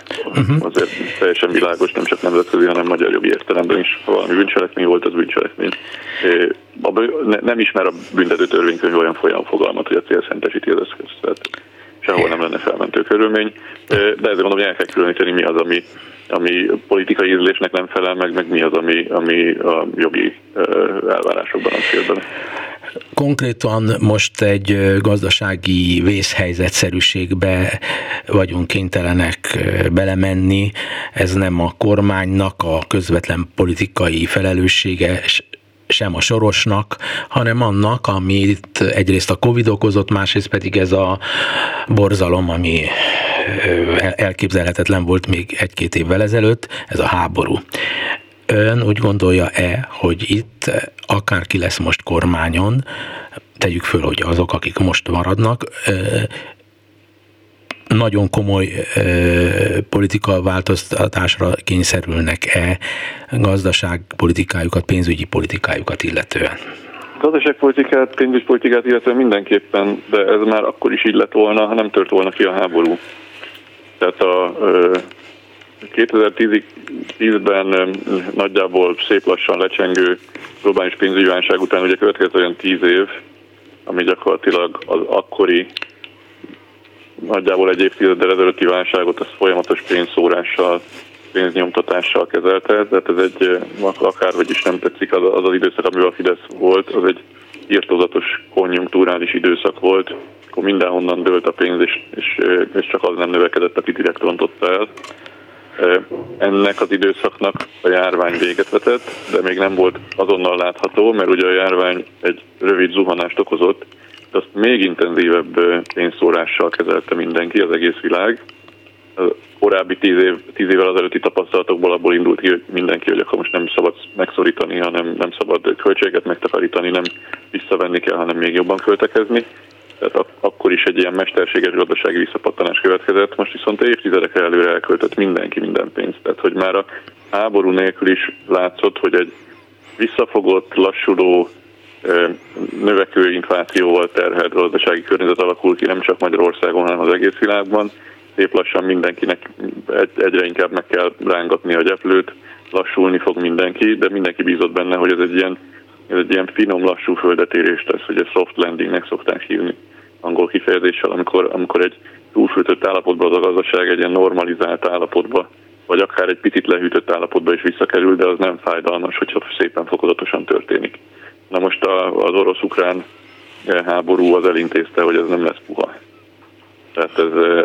azért teljesen világos, nem csak nemzetközi, hanem magyar jogi értelemben is. Ha valami bűncselekmény volt, az bűncselekmény. Nem ismer a büntetőtörvénykönyv olyan fogalmat, hogy a cél szentesíti az eszközt, tehát sehol nem lenne felmentő körülmény, de ezért mondom, hogy el kell különíteni, mi az, ami politikai ízlésnek nem felel meg mi az, ami a jogi elvárásokban nem fér bele. Konkrétan most egy gazdasági vészhelyzetszerűségbe vagyunk kénytelenek belemenni. Ez nem a kormánynak a közvetlen politikai felelőssége, sem a Sorosnak, hanem annak, amit egyrészt a Covid okozott, másrészt pedig ez a borzalom, ami elképzelhetetlen volt még 1-2 évvel ezelőtt, ez a háború. Ön úgy gondolja-e, hogy itt akárki lesz most kormányon, tegyük föl, hogy azok, akik most maradnak, nagyon komoly politika változtatásra kényszerülnek-e gazdaságpolitikájukat, pénzügyi politikájukat illetően? Gazdaságpolitikát, pénzügypolitikát illetően mindenképpen, de ez már akkor is így lett volna, ha nem tört volna ki a háború. Tehát a 2010-ben nagyjából szép lassan lecsengő globális pénzügyi válság után ugye következett olyan 10 év, ami gyakorlatilag az akkori nagyjából egy évtizeddel ezelőtti válságot azt folyamatos pénzszórással, pénznyomtatással kezelte, tehát ez egy, akárhogy is nem tetszik, az időszak, amivel a Fidesz volt, az egy irtózatos konjunkturális időszak volt, akkor mindenhonnan dőlt a pénz, és csak az nem növekedett, aki direkt rontotta el. Ennek az időszaknak a járvány véget vetett, de még nem volt azonnal látható, mert ugye a járvány egy rövid zuhanást okozott, de azt még intenzívebb pénzszórással kezelte mindenki, az egész világ. A korábbi 10 évvel azelőtti tapasztalatokból abból indult ki mindenki, hogy akkor most nem szabad megszorítani, hanem nem szabad költségeket megtakarítani, nem visszavenni kell, hanem még jobban költekezni. Tehát akkor is egy ilyen mesterséges gazdasági visszapattanás következett, most viszont évtizedekre előre elköltött mindenki minden pénzt. Tehát, hogy már a háború nélkül is látszott, hogy egy visszafogott, lassuló, növekvő inflációval terhelt gazdasági környezet alakul ki nem csak Magyarországon, hanem az egész világban. Szép lassan mindenkinek egyre inkább meg kell rángatni a gyeplőt, lassulni fog mindenki, de mindenki bízott benne, hogy ez egy ilyen finom, lassú földetérés lesz, hogy egy soft landingnek szokták hívni angol kifejezéssel, amikor egy túlfűtött állapotban az a gazdaság egy ilyen normalizált állapotba, vagy akár egy picit lehűtött állapotba is visszakerül, de az nem fájdalmas, hogyha szépen fokozatosan történik. Na most az orosz-ukrán háború az elintézte, hogy ez nem lesz puha. Tehát ez,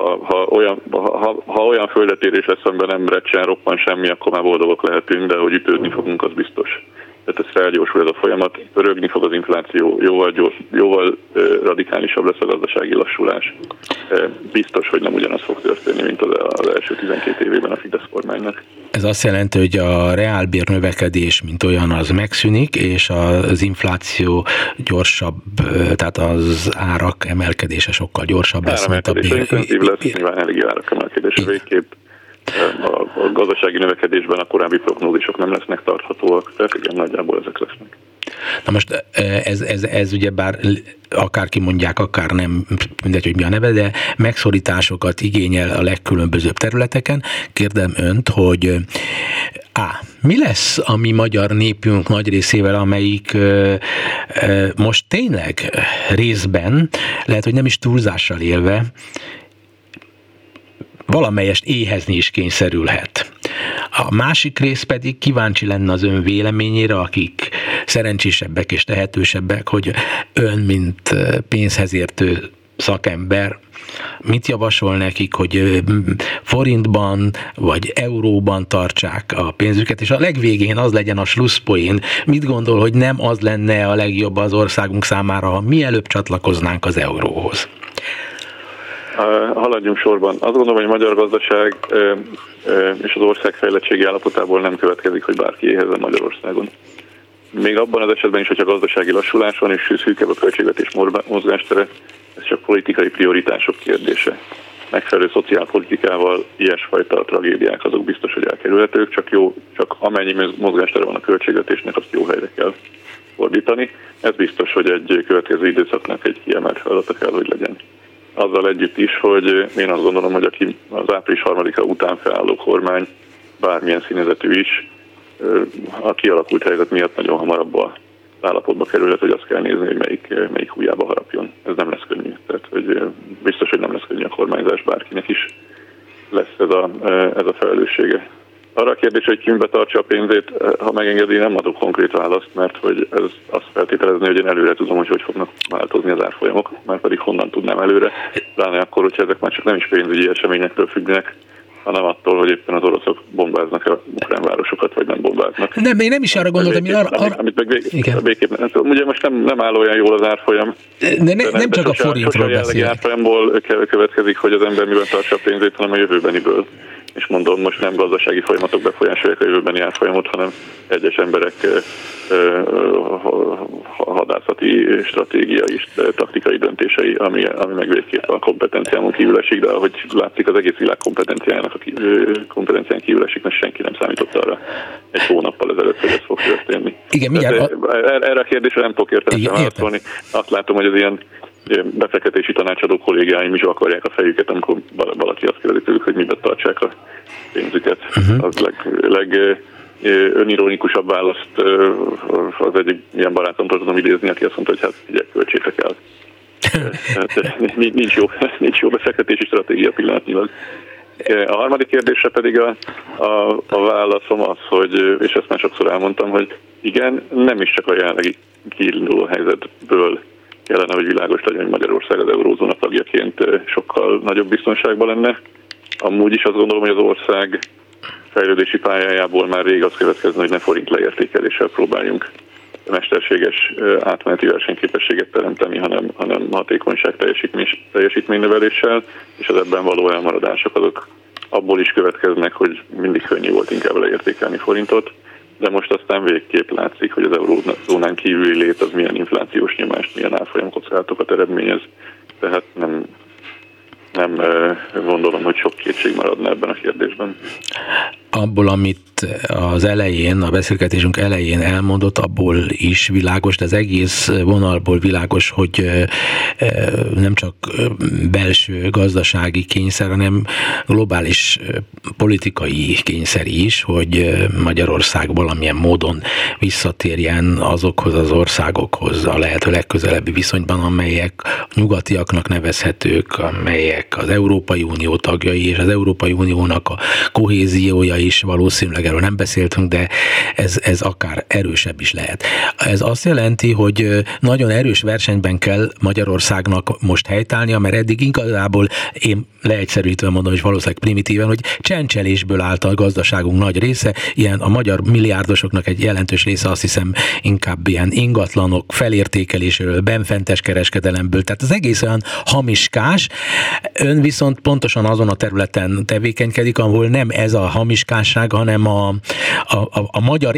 ha olyan földetérés lesz, amiben nem recsen, roppan semmi, akkor már boldogok lehetünk, de hogy ütődni fogunk, az biztos. Tehát ez felgyorsul ez a folyamat, pörögni fog az infláció, jóval radikálisabb lesz a gazdasági lassulás. Biztos, hogy nem ugyanaz fog történni, mint az első 12 évében a Fidesz kormánynak. Ez azt jelenti, hogy a reálbér növekedés, mint olyan, az megszűnik, és az infláció gyorsabb, tehát az árak emelkedése sokkal gyorsabb lesz, mint a bér. Intenzív lesz, nyilván árak emelkedése végképp. A gazdasági növekedésben a korábbi prognózisok nem lesznek tarthatóak, tehát igen, nagyjából ezek lesznek. Na most ez ugyebár akárki mondják, akár nem, mindegy, hogy mi a neve, de megszorításokat igényel a legkülönbözőbb területeken. Kérdem önt, hogy mi lesz a mi magyar népünk nagy részével, amelyik most tényleg részben, lehet, hogy nem is túlzással élve, valamelyest éhezni is kényszerülhet. A másik rész pedig kíváncsi lenne az ön véleményére, akik szerencsésebbek és tehetősebbek, hogy ön, mint pénzhez értő szakember, mit javasol nekik, hogy forintban vagy euróban tartsák a pénzüket, és a legvégén az legyen a slusszpoén. Mit gondol, hogy nem az lenne a legjobb az országunk számára, ha mielőbb csatlakoznánk az euróhoz? Haladjunk sorban. Azt gondolom, hogy a magyar gazdaság és az ország fejlettségi állapotából nem következik, hogy bárki éhezzen Magyarországon. Még abban az esetben is, hogyha gazdasági lassulás van és szűkebb a költségvetés mozgástere, ez csak politikai prioritások kérdése. Megfelelő szociálpolitikával ilyesfajta tragédiák azok biztos, hogy elkerülhetők, csak amennyi mozgástere van a költségvetésnek, azt jó helyre kell fordítani. Ez biztos, hogy egy következő időszaknak egy kiemelt feladata kell, hogy legyen. Azzal együtt is, hogy én azt gondolom, hogy aki az április 3-a után felálló kormány, bármilyen színezetű is, a kialakult helyzet miatt nagyon hamarabb az állapotba kerülhet, hogy azt kell nézni, hogy melyik hújába harapjon. Ez nem lesz könnyű. Tehát hogy biztos, hogy nem lesz könnyű a kormányzás, bárkinek is lesz ez a felelőssége. Arra a kérdés, hogy ki betartsa a pénzét, ha megengedi, nem adok konkrét választ, mert hogy ez azt feltételezni, hogy én előre tudom, hogy fognak változni az árfolyamok, már pedig honnan tudnám előre, pláne akkor, hogyha ezek már csak nem is pénzügyi eseményektől függnek, hanem attól, hogy éppen az oroszok bombáznak a ukrán városokat, vagy nem bombáznak. Nem, én nem is arra gondoltam, amit végképp ugye most nem áll olyan jól az árfolyam. Nem csak a forintról beszélek. Árfolyamból következik, hogy az ember miben tartsa a pénzét, hanem a jövőbeniből. És mondom, most nem gazdasági folyamatok befolyásolják a jövőbeni árfolyamot, hanem egyes emberek hadászati, stratégiai, taktikai döntései, ami meg végképp a kompetenciámon kívül esik, de ahogy látszik, az egész világ kompetencián kívül esik, mert senki nem számított arra egy hónappal ezelőtt, hogy ez fog történni. Igen, erre a kérdésre nem tudok értelemben válaszolni. Azt látom, hogy az ilyen befektetési tanácsadó kollégáim is akarják a fejüket, amikor valaki azt kérdezik tőlük, hogy miben tartsák a pénzüket. Az önironikusabb választ az egyik ilyen barátomtól tudom idézni, aki azt mondta, hogy hát figyelj, költsétek el. nincs jó befektetési stratégia pillanatnyilag. A harmadik kérdésre pedig a válaszom az, hogy, és ezt már sokszor elmondtam, hogy igen, nem is csak a jelenlegi kiinduló helyzetből kellene, hogy világos legyen, hogy Magyarország az eurózóna tagjaként sokkal nagyobb biztonságban lenne. Amúgy is azt gondolom, hogy az ország fejlődési pályájából már rég az következne, hogy ne forint leértékeléssel próbáljunk mesterséges átmeneti versenyképességet teremteni, hanem hatékonyság teljesítménynöveléssel, és az ebben való elmaradások azok abból is következnek, hogy mindig könnyű volt inkább leértékelni forintot, de most aztán végképp látszik, hogy az eurózónán kívüli lét az milyen inflációs nyomást, milyen árfolyam kockázatokat eredményez, tehát nem gondolom, hogy sok kétség maradna ebben a kérdésben. Abból, amit az elején, a beszélgetésünk elején elmondott, abból is világos, de az egész vonalból világos, hogy nem csak belső gazdasági kényszer, hanem globális politikai kényszer is, hogy Magyarország valamilyen módon visszatérjen azokhoz az országokhoz a lehető legközelebbi viszonyban, amelyek nyugatiaknak nevezhetők, amelyek az Európai Unió tagjai, és az Európai Uniónak a kohéziója is valószínűleg, erről nem beszéltünk, de ez akár erősebb is lehet. Ez azt jelenti, hogy nagyon erős versenyben kell Magyarországnak most helytállnia, mert eddig igazából én leegyszerűítve mondom, hogy valószínűleg primitíven, hogy csencselésből állt a gazdaságunk nagy része, ilyen a magyar milliárdosoknak egy jelentős része azt hiszem inkább ilyen ingatlanok felértékelésről, benfentes kereskedelemből, tehát az egész olyan hamiskás. Ön viszont pontosan azon a területen tevékenykedik, ahol nem ez a hamiskásság, hanem a magyar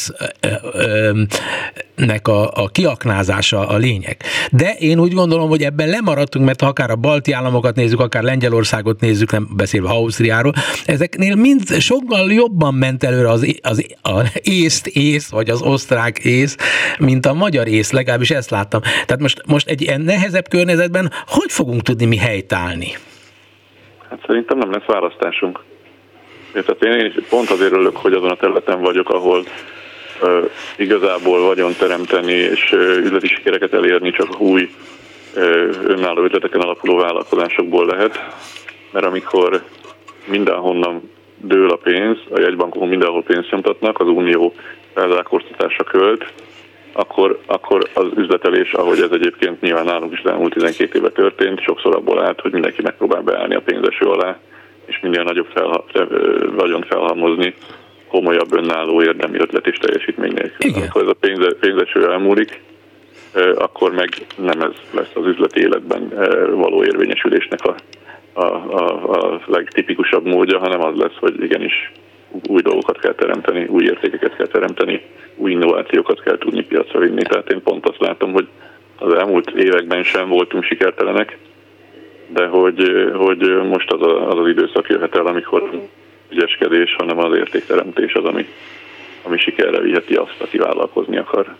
észnek a kiaknázása a lényeg. De én úgy gondolom, hogy ebben lemaradtunk, mert ha akár a balti államokat nézzük, akár Lengyelországot nézzük, nem beszélve Ausztriáról, ezeknél mind sokkal jobban ment előre az ész, vagy az osztrák ész, mint a magyar ész, legalábbis ezt láttam. Tehát most egy ilyen nehezebb környezetben hogy fogunk tudni mi helytállni? Hát szerintem nem lesz választásunk. Tehát én is pont azért örülök, hogy azon a területen vagyok, ahol igazából vagyon teremteni és üzleti sikereket elérni csak új önálló ötleteken alapuló vállalkozásokból lehet, mert amikor mindenhonnan dől a pénz, a jegybankokon mindenhol pénzt nyomtatnak, az unió felzárkóztatásra költ, akkor az üzletelés, ahogy ez egyébként nyilván nálunk is elmúlt 12 éve történt, sokszor abból állt, hogy mindenki megpróbál beállni a pénzeső alá, és minél nagyobb vagyont felhalmozni komolyabb önálló érdemi ötlet és teljesítmény nélkül. Amikor ez a pénzeső elmúlik, akkor meg nem ez lesz az üzleti életben való érvényesülésnek a legtipikusabb módja, hanem az lesz, hogy igenis új dolgokat kell teremteni, új értékeket kell teremteni, új innovációkat kell tudni piacra vinni. Tehát én pont azt látom, hogy az elmúlt években sem voltunk sikertelenek, de hogy most az időszak jöhet el, amikor ügyeskedés, hanem az értékteremtés az, ami sikerre viheti azt, aki vállalkozni akar.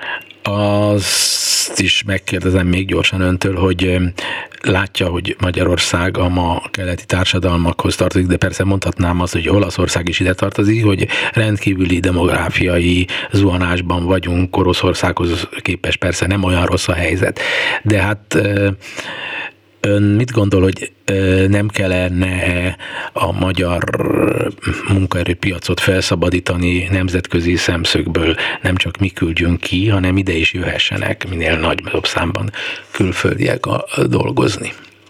Azt is megkérdezem még gyorsan öntől, hogy látja, hogy Magyarország a ma keleti társadalmakhoz tartozik, de persze mondhatnám azt, hogy Olaszország is ide tartozik, hogy rendkívüli demográfiai zuhanásban vagyunk, Oroszországhoz képest persze nem olyan rossz a helyzet. De hát ön mit gondol, hogy nem kellene a magyar munkaerőpiacot felszabadítani nemzetközi szemszögből, nem csak mi küldjünk ki, hanem ide is jöhessenek minél nagyobb számban külföldiek dolgozni?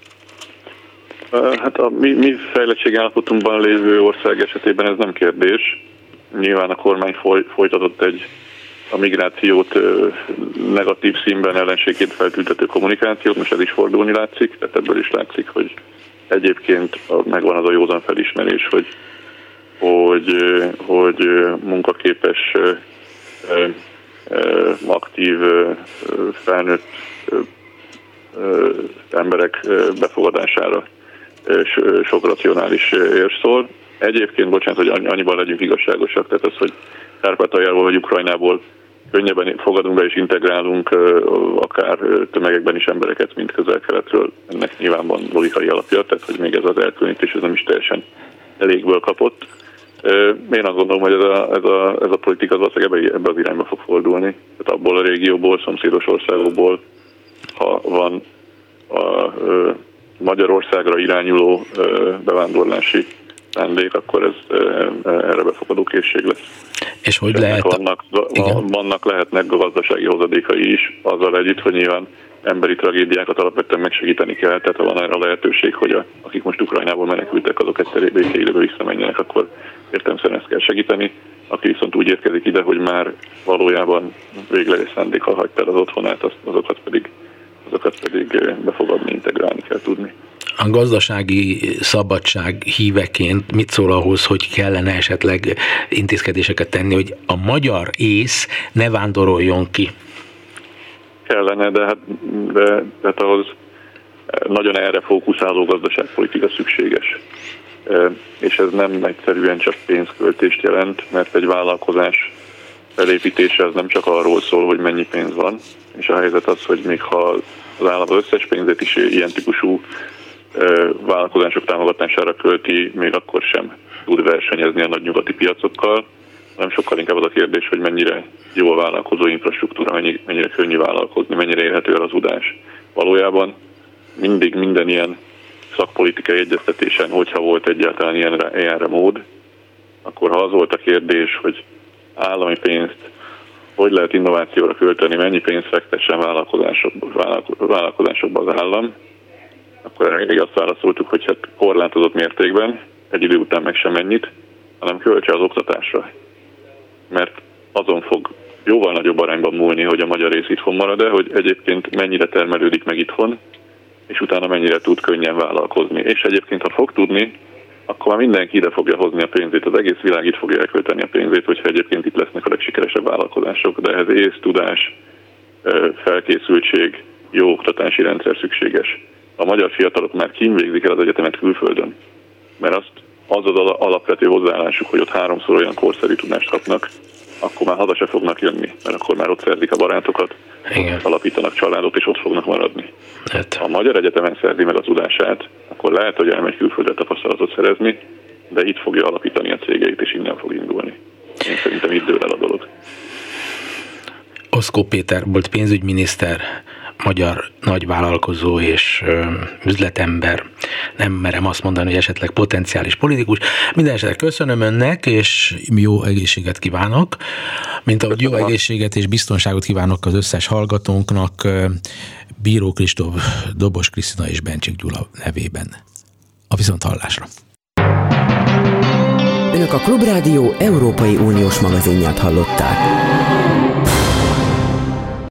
Hát a mi fejlettségállapotunkban lévő ország esetében ez nem kérdés. Nyilván a kormány folytatott a migrációt negatív színben ellenségként feltüntető kommunikációt, most ez is fordulni látszik, tehát ebből is látszik, hogy egyébként megvan az a józan felismerés, hogy munkaképes, aktív, felnőtt emberek befogadására sok racionális érv szól. Egyébként, bocsánat, hogy annyiban legyünk igazságosak, tehát az, hogy Kárpátaljáról vagy Ukrajnából könnyebben fogadunk be és integrálunk akár tömegekben is embereket, mint Közel-Keletről. Ennek nyilván van logikai alapja, tehát hogy még ez az elkülönítés ez nem is teljesen elégből kapott. Én azt gondolom, hogy ez a politika valószínűleg ebbe az irányba fog fordulni. Tehát abból a régióból, szomszédos országokból, ha van a Magyarországra irányuló bevándorlási szándék, akkor ez erre befogadó készség lesz. És hogy lehet? Vannak lehetnek gazdasági hozadékai is, azzal együtt, hogy nyilván emberi tragédiákat alapvetően megsegíteni kell, tehát ha van erre a lehetőség, hogy akik most Ukrajnából menekültek, azok egyszer békéidőbe visszamenjenek, akkor értelemszerűen ezt kell segíteni. Aki viszont úgy érkezik ide, hogy már valójában végleges szándékkal hagyta el az otthonát, azokat pedig befogadni, integrálni kell tudni. A gazdasági szabadság híveként mit szól ahhoz, hogy kellene esetleg intézkedéseket tenni, hogy a magyar ész ne vándoroljon ki? Kellene, de ahhoz nagyon erre fókuszáló gazdaságpolitika szükséges. És ez nem egyszerűen csak pénzköltést jelent, mert egy vállalkozás felépítése az nem csak arról szól, hogy mennyi pénz van, és a helyzet az, hogy még ha az állam az összes pénzét is ilyen típusú vállalkozások támogatására költi, még akkor sem tud versenyezni a nagy nyugati piacokkal, hanem sokkal inkább az a kérdés, hogy mennyire jó a vállalkozó infrastruktúra, mennyire könnyű vállalkozni, mennyire érhető el az udás. Valójában mindig minden ilyen szakpolitikai egyeztetésen, hogyha volt egyáltalán ilyenre mód, akkor ha az volt a kérdés, hogy állami pénzt hogy lehet innovációra költeni, mennyi pénzt fektessen vállalkozásokba az állam, akkor elég azt válaszoltuk, hogy hát korlátozott mértékben, egy idő után meg sem ennyit, hanem költse az oktatásra. Mert azon fog jóval nagyobb arányban múlni, hogy a magyar rész itthon marad-e, hogy egyébként mennyire termelődik meg itthon, és utána mennyire tud könnyen vállalkozni. És egyébként, ha fog tudni, akkor már mindenki ide fogja hozni a pénzét, az egész világ itt fogja elkölteni a pénzét, hogyha egyébként itt lesznek a legsikeresebb vállalkozások, de ehhez ész, tudás, felkészültség, jó oktatási rendszer szükséges. A magyar fiatalok már kínvégzik el az egyetemet külföldön, mert az alapvető hozzáállásuk, hogy ott 3-szor olyan korszerű tudást kapnak, akkor már haza se fognak jönni, mert akkor már ott szerzik a barátokat, alapítanak családot, és ott fognak maradni. Ha a magyar egyetemen szerzi meg a tudását, akkor lehet, hogy elmegy külföldre tapasztalatot szerezni, de itt fogja alapítani a cégeit, és innen fog indulni. Én szerintem itt dől el a dolog. Oszkó Péter volt pénzügyminiszter, magyar nagyvállalkozó és üzletember. Nem merem azt mondani, hogy esetleg potenciális politikus. Minden esetre köszönöm önnek, és jó egészséget kívánok. Mint ahogy jó egészséget és biztonságot kívánok az összes hallgatónknak, Bíró Kristóf, Dobos Krisztina és Bencsik Gyula nevében. A viszonthallásra. Önök a Klubrádió Európai Uniós magazinját hallották.